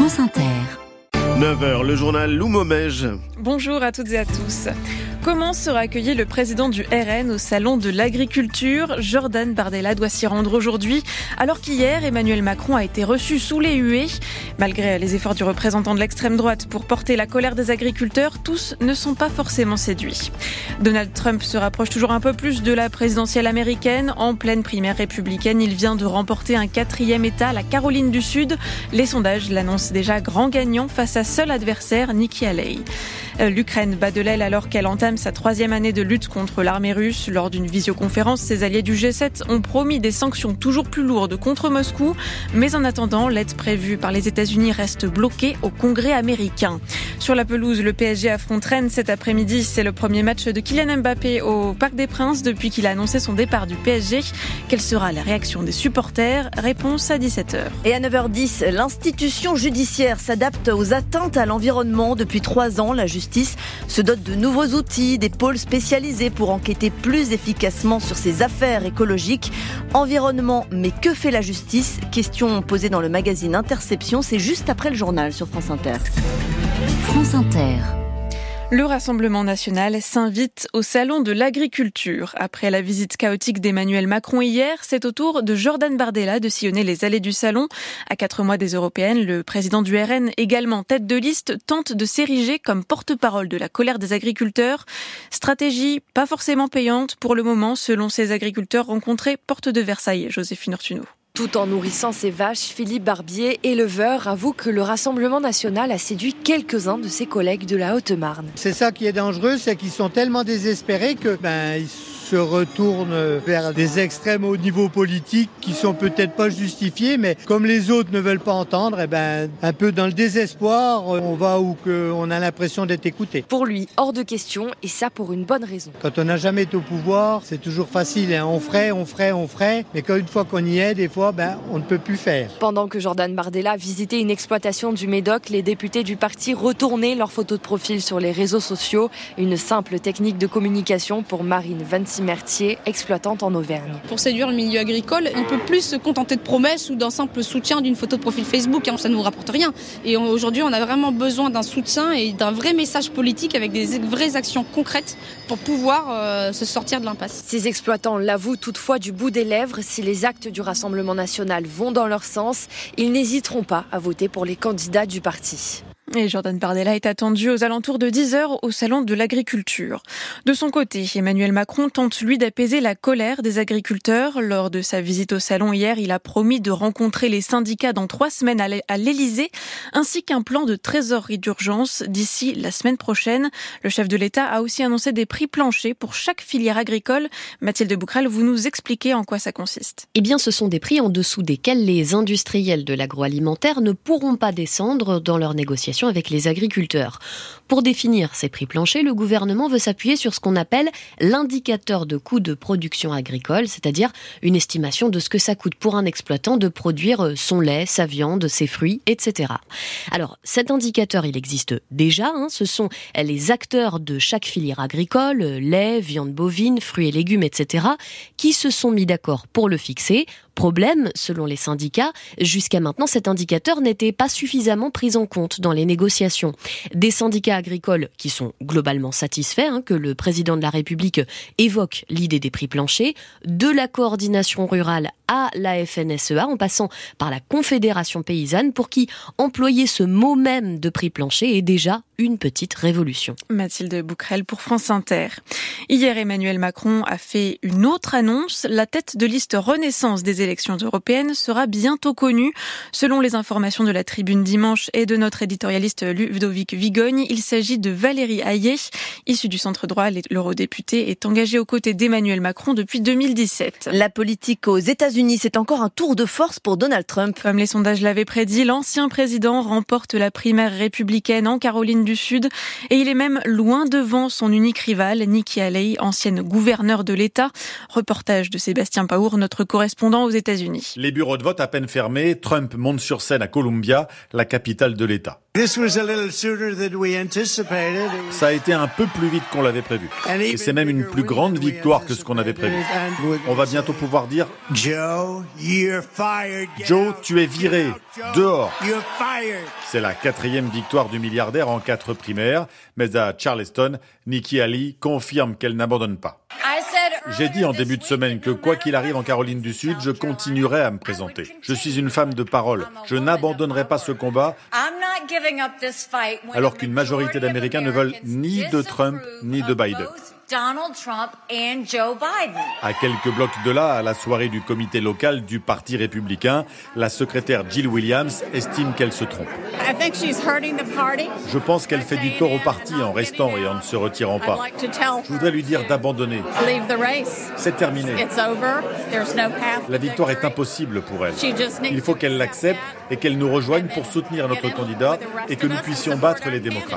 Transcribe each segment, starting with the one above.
France Inter. 9h, le journal Lou Momège. Bonjour à toutes et à tous. Comment sera accueilli le président du RN au Salon de l'Agriculture ? Jordan Bardella doit s'y rendre aujourd'hui, alors qu'hier, Emmanuel Macron a été reçu sous les huées. Malgré les efforts du représentant de l'extrême droite pour porter la colère des agriculteurs, tous ne sont pas forcément séduits. Donald Trump se rapproche toujours un peu plus de la présidentielle américaine. En pleine primaire républicaine, il vient de remporter un 4e État, la Caroline du Sud. Les sondages l'annoncent déjà grand gagnant face à seul adversaire, Nikki Haley. L'Ukraine bat de l'aile alors qu'elle entame sa 3e année de lutte contre l'armée russe. Lors d'une visioconférence, ses alliés du G7 ont promis des sanctions toujours plus lourdes contre Moscou. Mais en attendant, l'aide prévue par les États-Unis reste bloquée au Congrès américain. Sur la pelouse, le PSG affronte Rennes cet après-midi. C'est le premier match de Kylian Mbappé au Parc des Princes depuis qu'il a annoncé son départ du PSG. Quelle sera la réaction des supporters ? Réponse à 17h. Et à 9h10, l'institution judiciaire s'adapte aux atteintes à l'environnement. Depuis 3 ans, la justice se dote de nouveaux outils, des pôles spécialisés pour enquêter plus efficacement sur ces affaires écologiques. Environnement, mais que fait la justice ? Question posée dans le magazine Interception, c'est juste après le journal sur France Inter. France Inter. Le Rassemblement national s'invite au Salon de l'Agriculture. Après la visite chaotique d'Emmanuel Macron hier, c'est au tour de Jordan Bardella de sillonner les allées du salon. À 4 mois des européennes, le président du RN, également tête de liste, tente de s'ériger comme porte-parole de la colère des agriculteurs. Stratégie pas forcément payante pour le moment, selon ces agriculteurs rencontrés porte de Versailles. Joséphine Ortuneau. Tout en nourrissant ses vaches, Philippe Barbier, éleveur, avoue que le Rassemblement national a séduit quelques-uns de ses collègues de la Haute-Marne. C'est ça qui est dangereux, c'est qu'ils sont tellement désespérés que ils se retournent vers des extrêmes au niveau politique qui sont peut-être pas justifiés, mais comme les autres ne veulent pas entendre, un peu dans le désespoir, on va où on a l'impression d'être écouté. Pour lui, hors de question, et ça pour une bonne raison. Quand on n'a jamais été au pouvoir, c'est toujours facile, hein. On ferait, mais quand une fois qu'on y est, des fois, on ne peut plus faire. Pendant que Jordan Bardella visitait une exploitation du Médoc, les députés du parti retournaient leurs photos de profil sur les réseaux sociaux. Une simple technique de communication pour Marine Vancy-Mertier, exploitante en Auvergne. Pour séduire le milieu agricole, il ne peut plus se contenter de promesses ou d'un simple soutien d'une photo de profil Facebook. Ça ne nous rapporte rien. Et aujourd'hui, on a vraiment besoin d'un soutien et d'un vrai message politique avec des vraies actions concrètes pour pouvoir se sortir de l'impasse. Ces exploitants l'avouent toutefois du bout des lèvres. Si les actes du Rassemblement national vont dans leur sens, ils n'hésiteront pas à voter pour les candidats du parti. Et Jordan Bardella est attendu aux alentours de 10h au Salon de l'Agriculture. De son côté, Emmanuel Macron tente lui d'apaiser la colère des agriculteurs. Lors de sa visite au Salon hier, il a promis de rencontrer les syndicats dans 3 semaines à l'Élysée, ainsi qu'un plan de trésorerie d'urgence d'ici la semaine prochaine. Le chef de l'État a aussi annoncé des prix planchers pour chaque filière agricole. Mathilde Bouquerel, vous nous expliquez en quoi ça consiste. Eh bien, ce sont des prix en dessous desquels les industriels de l'agroalimentaire ne pourront pas descendre dans leurs négociations avec les agriculteurs. Pour définir ces prix planchers, le gouvernement veut s'appuyer sur ce qu'on appelle l'indicateur de coût de production agricole, c'est-à-dire une estimation de ce que ça coûte pour un exploitant de produire son lait, sa viande, ses fruits, etc. Alors, cet indicateur, il existe déjà, ce sont les acteurs de chaque filière agricole, lait, viande bovine, fruits et légumes, etc., qui se sont mis d'accord pour le fixer. Problème, selon les syndicats, jusqu'à maintenant, cet indicateur n'était pas suffisamment pris en compte dans les négociations. Des syndicats agricoles qui sont globalement satisfaits, que le président de la République évoque l'idée des prix planchers, de la coordination rurale à la FNSEA, en passant par la Confédération paysanne, pour qui employer ce mot même de prix plancher est déjà une petite révolution. Mathilde Bouquerel pour France Inter. Hier, Emmanuel Macron a fait une autre annonce. La tête de liste Renaissance des élections européennes sera bientôt connue. Selon les informations de la Tribune dimanche et de notre éditorialiste Ludovic Vigogne, il s'agit de Valérie Hayet, issue du centre droit. L'eurodéputée est engagée aux côtés d'Emmanuel Macron depuis 2017. La politique aux États-Unis, c'est encore un tour de force pour Donald Trump. Comme les sondages l'avaient prédit, l'ancien président remporte la primaire républicaine en Caroline du Sud et il est même loin devant son unique rivale, Nikki Haley, ancienne gouverneure de l'État. Reportage de Sébastien Paour, notre correspondant aux États-Unis. Les bureaux de vote à peine fermés, Trump monte sur scène à Columbia, la capitale de l'État. Ça a été un peu plus vite qu'on l'avait prévu. Et c'est même une plus grande victoire que ce qu'on avait prévu. On va bientôt pouvoir dire « Joe, tu es viré, dehors !» C'est la 4e victoire du milliardaire en 4 primaires. Mais à Charleston, Nikki Haley confirme qu'elle n'abandonne pas. J'ai dit en début de semaine que quoi qu'il arrive en Caroline du Sud, je continuerai à me présenter. Je suis une femme de parole. Je n'abandonnerai pas ce combat alors qu'une majorité d'Américains ne veulent ni de Trump ni de Biden. À quelques blocs de là, à la soirée du comité local du Parti républicain, la secrétaire Jill Williams estime qu'elle se trompe. Je pense qu'elle fait du tort au parti en restant et en ne se retirant pas. Je voudrais lui dire d'abandonner. C'est terminé. La victoire est impossible pour elle. Il faut qu'elle l'accepte et qu'elle nous rejoigne pour soutenir notre candidat et que nous puissions battre les démocrates.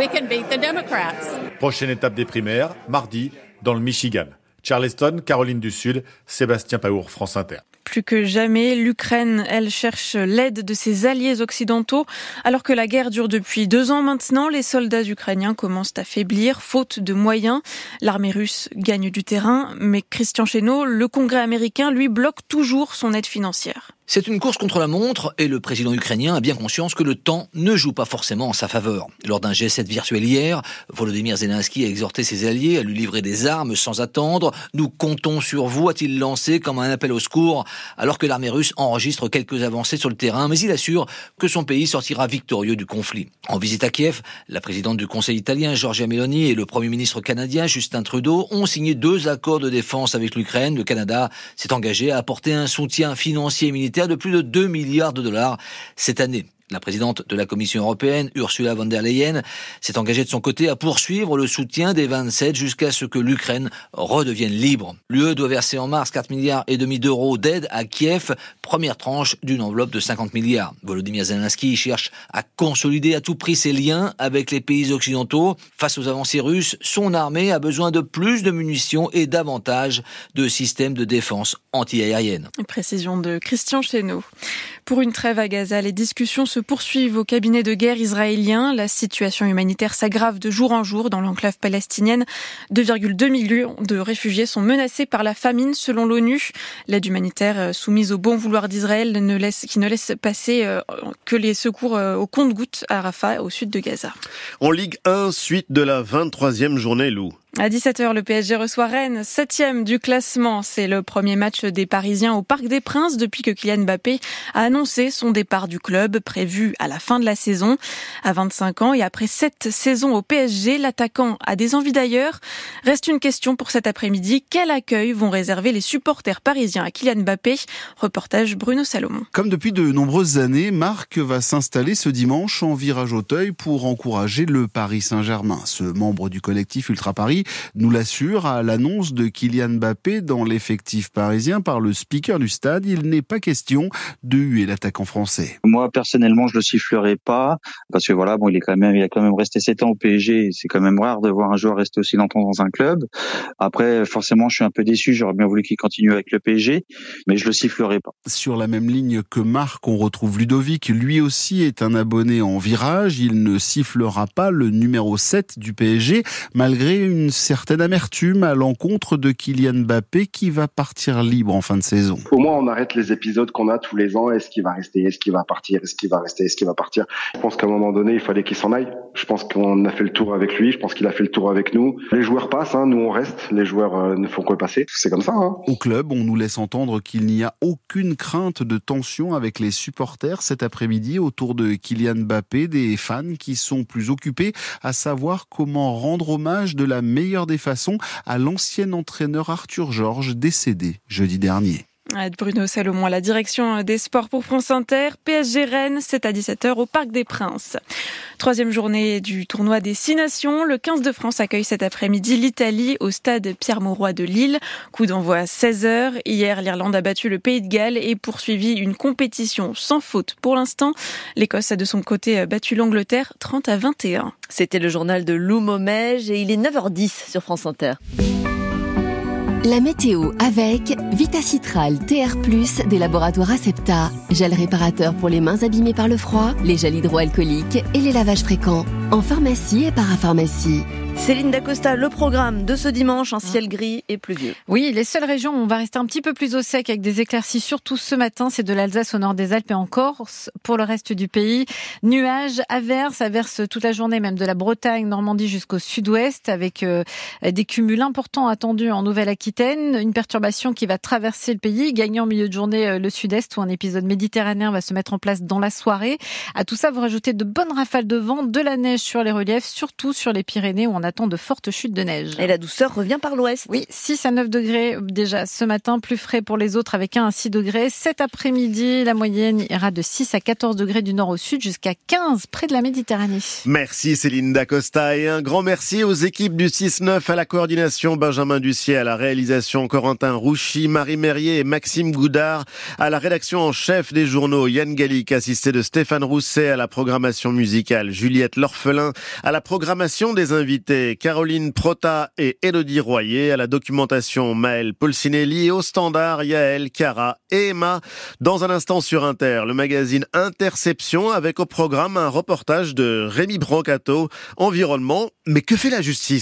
Prochaine étape des primaires, mardi, dans le Michigan. Charleston, Caroline du Sud, Sébastien Paour, France Inter. Plus que jamais, l'Ukraine, elle cherche l'aide de ses alliés occidentaux. Alors que la guerre dure depuis 2 ans maintenant, les soldats ukrainiens commencent à faiblir, faute de moyens. L'armée russe gagne du terrain, mais Christian Chesneau, le Congrès américain, lui bloque toujours son aide financière. C'est une course contre la montre et le président ukrainien a bien conscience que le temps ne joue pas forcément en sa faveur. Lors d'un G7 virtuel hier, Volodymyr Zelensky a exhorté ses alliés à lui livrer des armes sans attendre. « Nous comptons sur vous », a-t-il lancé comme un appel au secours, alors que l'armée russe enregistre quelques avancées sur le terrain, mais il assure que son pays sortira victorieux du conflit. En visite à Kiev, la présidente du Conseil italien, Giorgia Meloni, et le Premier ministre canadien, Justin Trudeau, ont signé 2 accords de défense avec l'Ukraine. Le Canada s'est engagé à apporter un soutien financier et militaire de plus de 2 milliards de dollars cette année. La présidente de la Commission européenne, Ursula von der Leyen, s'est engagée de son côté à poursuivre le soutien des 27 jusqu'à ce que l'Ukraine redevienne libre. L'UE doit verser en mars 4,5 milliards d'euros d'aide à Kiev, première tranche d'une enveloppe de 50 milliards. Volodymyr Zelensky cherche à consolider à tout prix ses liens avec les pays occidentaux. Face aux avancées russes, son armée a besoin de plus de munitions et davantage de systèmes de défense anti-aérienne. Précision de Christian Chesneau. Pour une trêve à Gaza, les discussions se poursuivent au cabinet de guerre israélien. La situation humanitaire s'aggrave de jour en jour dans l'enclave palestinienne. 2,2 millions de réfugiés sont menacés par la famine selon l'ONU. L'aide humanitaire soumise au bon vouloir d'Israël qui ne laisse passer que les secours au compte-gouttes à Rafah, au sud de Gaza. En Ligue 1, suite de la 23e journée, Lou. À 17h, le PSG reçoit Rennes, 7e du classement. C'est le premier match des Parisiens au Parc des Princes depuis que Kylian Mbappé a annoncé son départ du club, prévu à la fin de la saison. À 25 ans et après 7 saisons au PSG, l'attaquant a des envies d'ailleurs. Reste une question pour cet après-midi. Quel accueil vont réserver les supporters parisiens à Kylian Mbappé ? Reportage Bruno Salomon. Comme depuis de nombreuses années, Marc va s'installer ce dimanche en virage Auteuil pour encourager le Paris Saint-Germain. Ce membre du collectif Ultra Paris nous l'assure à l'annonce de Kylian Mbappé dans l'effectif parisien par le speaker du stade. Il n'est pas question de huer l'attaquant français. Moi, personnellement, je le sifflerai pas parce que voilà, bon, il a quand même resté 7 ans au PSG. C'est quand même rare de voir un joueur rester aussi longtemps dans un club. Après, forcément, je suis un peu déçu. J'aurais bien voulu qu'il continue avec le PSG, mais je le sifflerai pas. Sur la même ligne que Marc, on retrouve Ludovic. Lui aussi est un abonné en virage. Il ne sifflera pas le numéro 7 du PSG, malgré une certaine amertume à l'encontre de Kylian Mbappé qui va partir libre en fin de saison. Au moins, on arrête les épisodes qu'on a tous les ans. Est-ce qu'il va rester ? Est-ce qu'il va partir ? Est-ce qu'il va rester ? Est-ce qu'il va partir ? Je pense qu'à un moment donné, il fallait qu'il s'en aille. Je pense qu'on a fait le tour avec lui. Je pense qu'il a fait le tour avec nous. Les joueurs passent, nous on reste. Les joueurs ne font que passer. C'est comme ça. Au club, on nous laisse entendre qu'il n'y a aucune crainte de tension avec les supporters cet après-midi autour de Kylian Mbappé. Des fans qui sont plus occupés à savoir comment rendre hommage de la meilleure des façons à l'ancien entraîneur Arthur Georges, décédé jeudi dernier. Bruno Salomon à la direction des sports pour France Inter. PSG Rennes, c'est à 17h au Parc des Princes. 3e journée du tournoi des 6 nations. Le 15 de France accueille cet après-midi l'Italie au stade Pierre-Mauroy de Lille. Coup d'envoi à 16h. Hier, l'Irlande a battu le Pays de Galles et poursuivi une compétition sans faute pour l'instant. L'Écosse a de son côté battu l'Angleterre 30-21. C'était le journal de Lou Momège et il est 9h10 sur France Inter. La météo avec Vitacitral TR+, des laboratoires Acepta. Gel réparateur pour les mains abîmées par le froid, les gels hydroalcooliques et les lavages fréquents. En pharmacie et parapharmacie. Céline Dacosta, le programme de ce dimanche, un ciel gris et pluvieux. Oui, les seules régions où on va rester un petit peu plus au sec avec des éclaircies, surtout ce matin, c'est de l'Alsace au nord des Alpes et en Corse. Pour le reste du pays, nuages, averses toute la journée, même de la Bretagne, Normandie jusqu'au sud-ouest, avec des cumuls importants attendus en Nouvelle-Aquitaine. Une perturbation qui va traverser le pays, gagnant en milieu de journée le sud-est où un épisode méditerranéen va se mettre en place dans la soirée. À tout ça, vous rajoutez de bonnes rafales de vent, de la neige sur les reliefs, surtout sur les Pyrénées où on attend de fortes chutes de neige. Et la douceur revient par l'ouest. Oui, 6 à 9 degrés déjà ce matin, plus frais pour les autres avec 1 à 6 degrés. Cet après-midi, la moyenne ira de 6 à 14 degrés du nord au sud jusqu'à 15 près de la Méditerranée. Merci Céline Dacosta et un grand merci aux équipes du 6-9 à la coordination Benjamin Ducier, à la réalisation Corentin Rouchy, Marie Merrier et Maxime Goudard, à la rédaction en chef des journaux Yann Gallic, assisté de Stéphane Rousset, à la programmation musicale Juliette L'Orphelin, à la programmation des invités Caroline Prota et Élodie Royer, à la documentation Maëlle Polsinelli et au standard Yaël, Cara et Emma. Dans un instant sur Inter, le magazine Interception avec au programme un reportage de Rémi Brancato, Environnement. Mais que fait la justice ?